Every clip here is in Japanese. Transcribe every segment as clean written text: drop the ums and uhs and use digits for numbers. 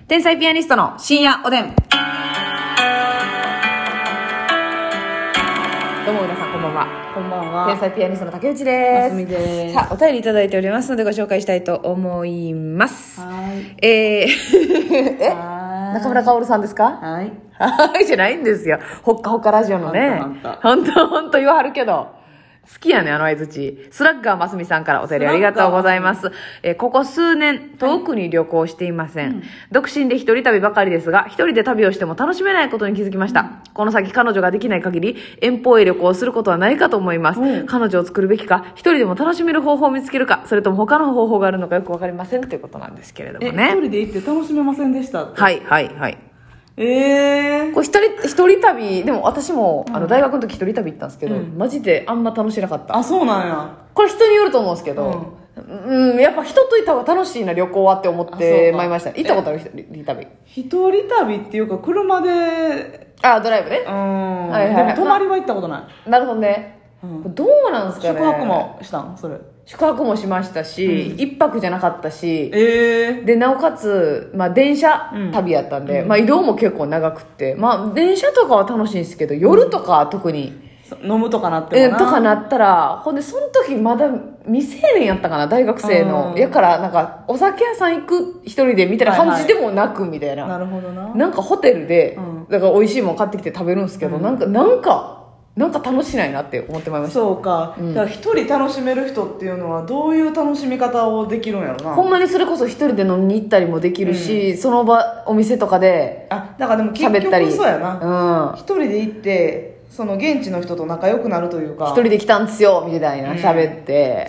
天才ピアニストの深夜おでん。どうも皆さんこんばんは。 こんばんは。 天才ピアニストの竹内です。 ますみです。 さあ、お便りいただいておりますのでご紹介したいと思います。 はい。 中村薫さんですか？ はい。 はいじゃないんですよ。ほっかほっかラジオのね。ほんと言わはるけど。好きやね、あの相槌。スラッガーますみさんからお便りありがとうございます。ここ数年、遠くに旅行していません。独身で一人旅ばかりですが、一人で旅をしても楽しめないことに気づきました。この先彼女ができない限り、遠方へ旅行することはないかと思います。彼女を作るべきか、一人でも楽しめる方法を見つけるか、それとも他の方法があるのかよくわかりませんということなんですけれどもね。 一人で行って楽しめませんでしたって。 はい。これ一人旅、でも私も、大学の時一人旅行ったんですけど、マジであんま楽しなかった。 あ、そうなんや。 これ人によると思うんですけど、やっぱ人といた方が楽しいな旅行はって思ってまいりました。行ったことある？一人旅。 一人旅っていうか車で、 ドライブね。 でも泊まりは行ったことない。 なるほどね。どうなんですかね。 宿泊もしたんそれ。 宿泊もしましたし、一泊じゃなかったし、 で、 なおかつ、電車旅やったんで、移動も結構長くって、電車とかは楽しいんですけど、夜とか特に、 飲むとかなってもな。 とかなったら、ほんで、その時まだ未成年やったかな、大学生の。やから、なんか、お酒屋さん行く一人でみたいな感じでもなく、みたいな。 なるほどな。 なんかホテルで、だから美味しいもん買ってきて食べるんですけど、なんか楽しないなって思ってまいりました。 そうか。だから一人楽しめる人っていうのはどういう楽しみ方をできるんやろな。 ほんまにそれこそ一人で飲みに行ったりもできるし、その場、お店とかでだからでも結喋ったり。 局そうやな。一人で行って、その現地の人と仲良くなるというか。 一人で来たんですよ、みたいな喋って。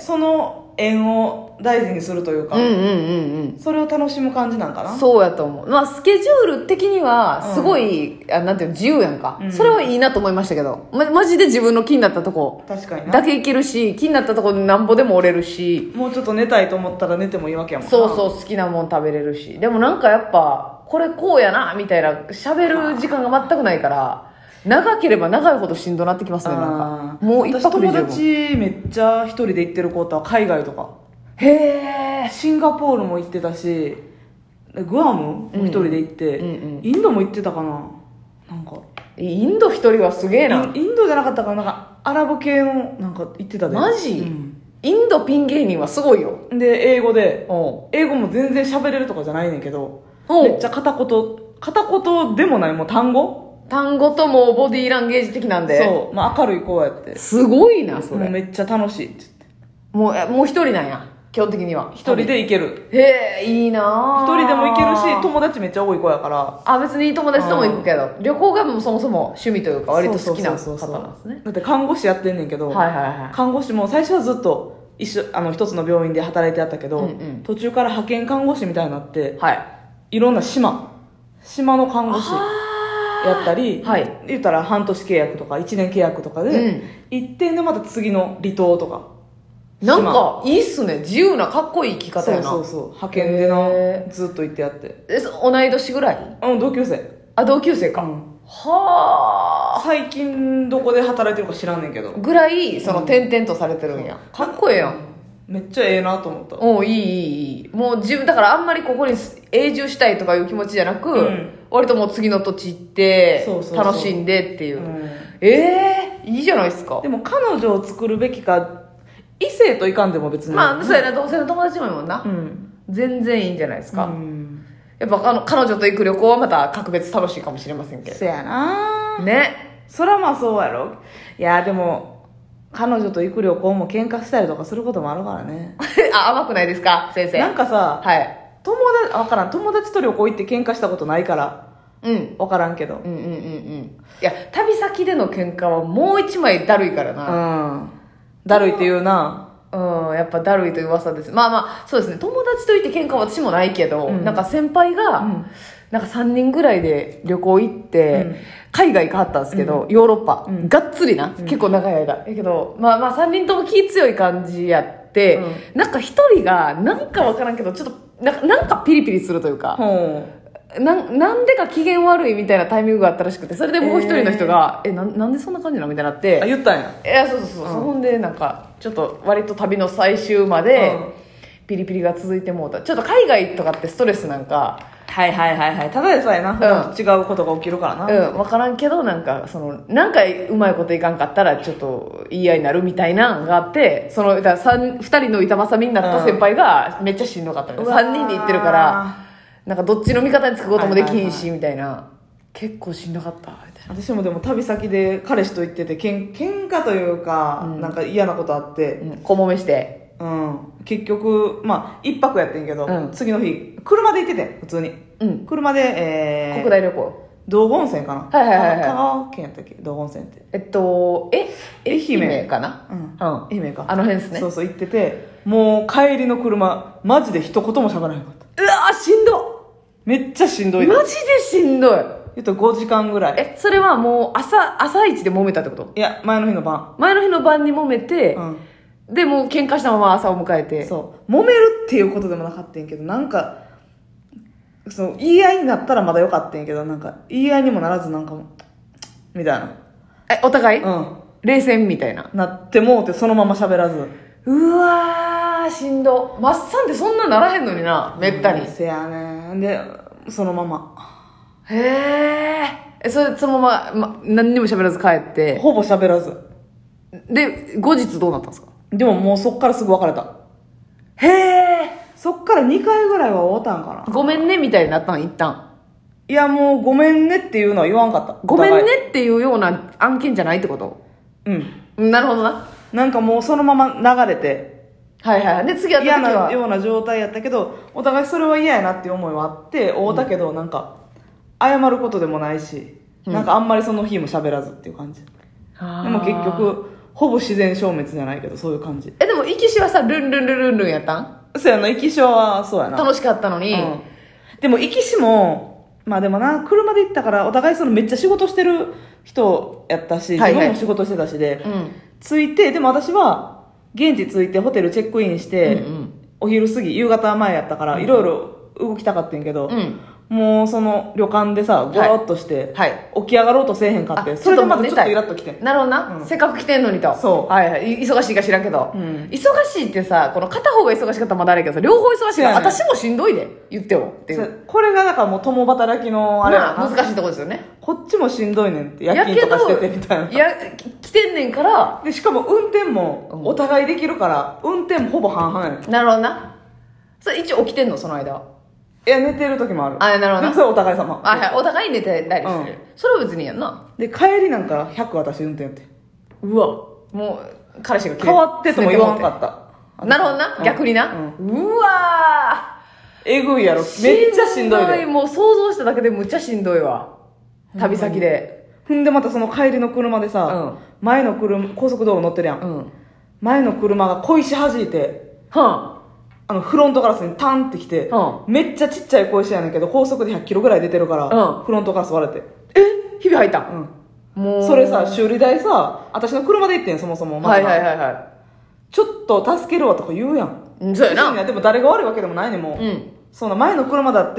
その縁を大事にするというか。それを楽しむ感じなんかな。 そうやと思う。スケジュール的には、すごい、なんていうの、自由やんか。それはいいなと思いましたけど。マジで自分の気になったとこ。 確かにな。 だけ行けるし、気になったとこでなんぼでも折れるし。 もうちょっと寝たいと思ったら寝てもいいわけやもんな。 そう、好きなもん食べれるし。でもなんかやっぱ、これこうやな、みたいな、喋る時間が全くないから、長ければ長いほどしんどなってきますね、なんか。もう一泊で十分。 私友達めっちゃ一人で行ってる子とは海外とか。 へー。 シンガポールも行ってたし、グアムも一人で行って、インドも行ってたかな。なんか。 インド一人はすげえな。 インドじゃなかったかな、なんかアラブ系のなんか行ってたで。 マジ？インドピン芸人はすごいよ。 で、英語も全然喋れるとかじゃないねんけど、めっちゃ片言でもない、もう単語ともボディーランゲージ的なんで。 そう。明るい子やって。 すごいな、それ。 もうめっちゃ楽しいって言って。 もう一人なんや。基本的には。 一人で行ける。 へえ、いいな一人でも行けるし、友達めっちゃ多い子やから。 別に友達とも行くけど、旅行がもうそもそも趣味というか割と好きな方なんですね。 だって看護師やってんねんけど、看護師も最初はずっと一つの病院で働いてあったけど、途中から派遣看護師みたいになって、いろんな島の看護師やったり、言ったら半年契約とか1年契約とかで、一点でまた次の離島とか。 なんかいいっすね。自由なかっこいい生き方やな。 そう派遣でずっと行ってやって。 同い年ぐらい？ 同級生。 同級生か。はあ。 最近どこで働いてるか知らんねんけどぐらい転々とされてるんや。かっこええやん。 めっちゃええなと思った。 いい。もう自分だからあんまりここに永住したいとかいう気持ちじゃなく、割ともう次の土地行って楽しんでっていう。いいじゃないですか。 でも彼女を作るべきか、異性といかんでも別に。 そうやな、同性の友達もいいもんな。全然いいんじゃないですか。やっぱ彼女と行く旅行はまた格別楽しいかもしれませんけど。 そやなね。 そらそうやろ。いやでも彼女と行く旅行も喧嘩したりとかすることもあるからね。 甘くないですか先生。 なんかさ、友達と旅行行って喧嘩したことないから分からんけど。 いや旅先での喧嘩はもう一枚だるいからな。 だるいって言うな。 やっぱだるいという噂です。そうですね。友達と行って喧嘩は私もないけど、なんか先輩が、なんか3人ぐらいで旅行行って、海外行かはったんですけど、ヨーロッパ、がっつりな、結構長い間。だけど、3人とも気強い感じやって、なんか1人が、なんかわからんけど、ちょっと、なんかピリピリするというか、なんでか機嫌悪いみたいなタイミングがあったらしくて、それでもう一人の人が、なんでそんな感じなのみたいになって。 言ったんや。 そう。ほんで、なんか、ちょっと割と旅の最終まで、ピリピリが続いてもうた。ちょっと海外とかってストレスなんか、 はいはいはいはい。ただでさえな、違うことが起きるからな。 分からんけど、なんかうまいこといかんかったら、ちょっと言い合いになるみたいなのがあって、二人の板挟みになった先輩がめっちゃしんどかったのよ。3人で行ってるから、なんかどっちの味方につくこともできひんし、みたいな。結構しんどかった、みたいな。 私もでも旅先で彼氏と行ってて、喧嘩というか、なんか嫌なことあって。 小揉めして。 結局、一泊やってんけど、次の日、車で行ってて、普通に。車で、 国内旅行。 道後温泉かな。 はいはいはい。 香川県やったっけ、道後温泉って。 愛媛かな。 愛媛か。 あの辺ですね。 そうそう、行ってて、もう帰りの車、マジで一言も喋らへんかった。 うわー、しんど。 めっちゃしんどい。 マジでしんどい。 言うと5時間ぐらい。 それはもう朝一で揉めたってこと？ いや、前の日の晩。 前の日の晩に揉めて、で、もう喧嘩したまま朝を迎えて。 そう。揉めるっていうことでもなかったんやけど、なんか、言い合いになったらまだよかったんやけど、なんか、言い合いにもならずなんかも、みたいな。 お互い？冷戦みたいな。 なってもうて、そのまま喋らず。 うわー、しんど。マッサンってそんなならへんのにな、めったに。 せやねん。で、そのまま。 へー。そのまま、何にも喋らず帰って。 ほぼ喋らず。 で、後日どうなったんですか？ でももうそっからすぐ別れた。 へえ。 そっから2回ぐらいは会うたんかな。 ごめんねみたいになったん、一旦。 いや、もうごめんねっていうのは言わんかった。 ごめんねっていうような案件じゃないってこと？なるほどな。 なんかもうそのまま流れて。 はいはい。で、次は嫌なような状態やったけど、お互いそれは嫌やなっていう思いはあって、会うたけど、なんか、謝ることでもないし、なんかあんまりその日も喋らずっていう感じ。でも結局、ほぼ自然消滅じゃないけど、そういう感じ。 でも、行きしはさ、ルンルンルンルンルンやったん？ そうやな、行きしはそうやな。 楽しかったのに。 でも、行きしも、でもな、車で行ったから、お互いめっちゃ仕事してる人やったし、自分も仕事してたしで、着いて、でも私は、現地着いてホテルチェックインして、お昼過ぎ、夕方前やったから、いろいろ動きたかったんやけど、もうその旅館でさ、ゴロっとして、起き上がろうとせえへんかって、それでまたちょっとイラッときて。 なるほどな。せっかく来てんのにと。 そう。 はいはい。忙しいか知らんけど。忙しいってさ、この片方が忙しかったらまだあれやけどさ、両方忙しいから、私もしんどいで、言っても。っていう。 これがだからもう共働きのあれやな。難しいとこですよね。 こっちもしんどいねんって、夜勤とかしててみたいな。 いや、来てんねんから。 で、しかも運転もお互いできるから、運転もほぼ半々やねん。 なるほどな。それ一応起きてんの、その間。 いや、寝てる時もある。 なるほどな。 それお互い様。 お互い寝てたりする。それは別にやんな。 で、帰りなんか100私運転やって。 うわ、もう、彼氏が変わってとも言わんかった。 なるほどな、逆にな。うわー。えぐいやろ。めっちゃしんどいで。 もう想像しただけでむっちゃしんどいわ。旅先で。 んでまたその帰りの車でさ、前の車、高速道路乗ってるやん。前の車が小石弾いて、フロントガラスにタンってきて、めっちゃちっちゃい小石やねんけど、高速で100キロぐらい出てるから、フロントガラス割れて。 ひび入ったもう。それさ、修理代さ、私の車で行ってん、そもそも。ちょっと助けるわとか言うやん。 そうやな。 でも誰が悪いわけでもないねん、もう。そんな前の車だって、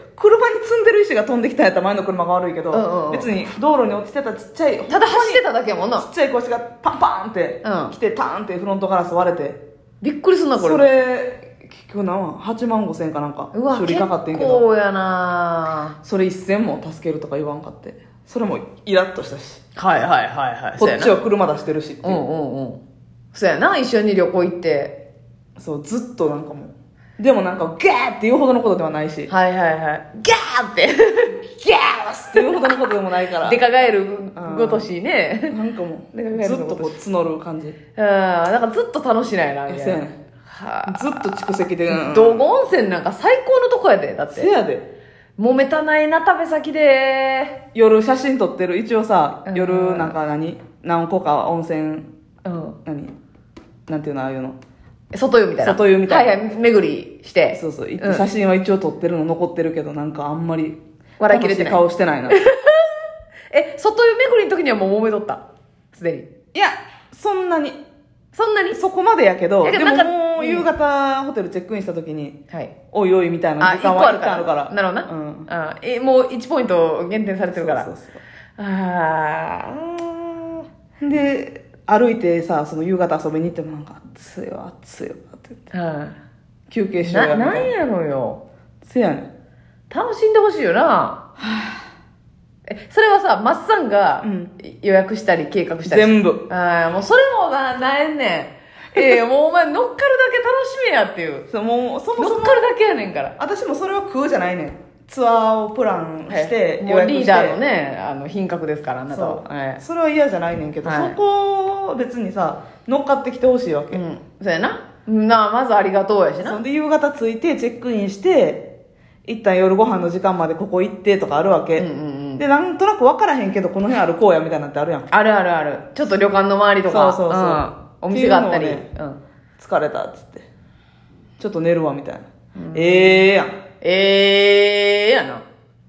車に積んでる石が飛んできたんやったら前の車が悪いけど、別に道路に落ちてたちっちゃい、 ただ走ってただけやもんな。 ちっちゃい小石がパンパンって来て、ターンってフロントガラス割れて。 びっくりすんな、これ。 それ、結局8万5千円かなんか修理かかってんけど、 結構やな。 それ1000も助けるとか言わんかって、それもイラッとしたし、こっちは車出してるしっていう。 そうやな、一緒に旅行行って。 そう、ずっとなんかもう、でもなんかガーっていうほどのことではないし、 ガーってガーっていうほどのことでもないから、 デカガエルごとしね、 なんかもうずっとこう募る感じ。 なんかずっと楽しないなみたいな。 ずっと蓄積で、 道後温泉なんか最高のとこやで。だってせやで、 揉めたないな、旅先で。 夜写真撮ってる。一応さ、夜なんか何個か温泉、なんていうの、ああいうの、 外湯みたいな。 外湯みたいな。 巡りして。 そうそう。写真は一応撮ってるの残ってるけど、なんかあんまり笑いきれてない顔してないな。 外湯巡りの時にはもう揉めとった、すでに。 いや、そんなにそこまでやけど、でももう夕方ホテルチェックインした時に、おいおいみたいな時間は1個あるから。 なるほどな。もう1ポイント減点されてるから。 で、歩いてさ、その夕方遊びに行ってもなんか、暑いわって言って。休憩しようやみたいな。 なんやろよ。 せやねん。 楽しんでほしいよな。それはさ、マッサンが予約したり計画したり。 全部。 もうそれもなえんねん。もうお前乗っかるだけ楽しめやっていう。 そう、もうそもそも。 乗っかるだけやねんから。 私もそれは食うじゃないねん。ツアーをプランして、 もうリーダーのね、品格ですから、あなたは。それは嫌じゃないねんけど、そこ別にさ、乗っかってきてほしいわけ。 そうやな。まずありがとうやしな。 そんで夕方着いてチェックインして、一旦夜ご飯の時間までここ行ってとかあるわけ。で、なんとなく分からへんけど、この辺歩こうやみたいなってあるやん。 あるあるある。ちょっと旅館の周りとか。 そう。 お店があったり。 疲れたっつって。ちょっと寝るわみたいな。やん。 やな。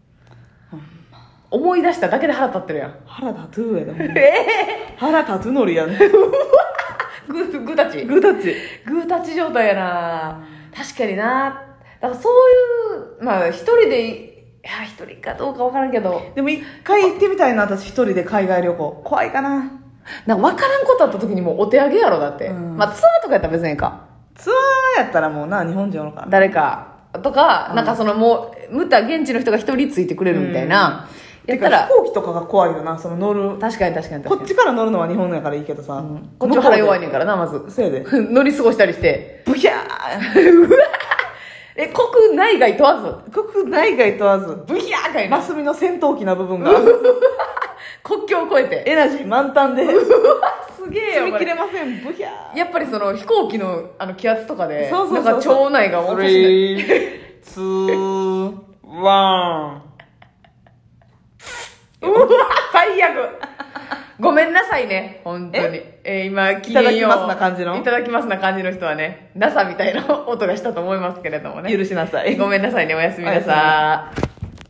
思い出しただけで腹立ってるやん。 腹立つやな。腹立つのりやね。 グータチグータチ状態やな。確かにな。だからそういう、まあ一人で、一人かどうか分からんけど。 でも一回行ってみたいな、私一人で海外旅行。怖いかな。 なんか分からんことあった時にもうお手上げやろ、だって。まあツアーとかやったら別にいいか。 ツアーやったらもうな、日本人おるから。 誰か。とか、なんかそのもう、現地の人が一人ついてくれるみたいな。 やったら。飛行機とかが怖いよな、その乗る。 確かに。 こっちから乗るのは日本やからいいけどさ。 こっちは腹弱いねんからな、まず。 そうやで。 乗り過ごしたりして。ブヒャー国内外問わず。 国内外問わず。 ブヒャーかいな。 マスミの戦闘機な部分が。 国境を越えて。 エナジー満タンで。 すげえよ。 積み切れません、ブヒャー。 やっぱりその飛行機の気圧とかで、 そうなんか腸内がおかしい。 3、2、1。 最悪。ごめんなさいね、本当に。今、 いただきますな感じの。 いただきますな感じの人はね、NASA みたいな音がしたと思いますけれどもね。 許しなさい。 ごめんなさいね、おやすみなさい。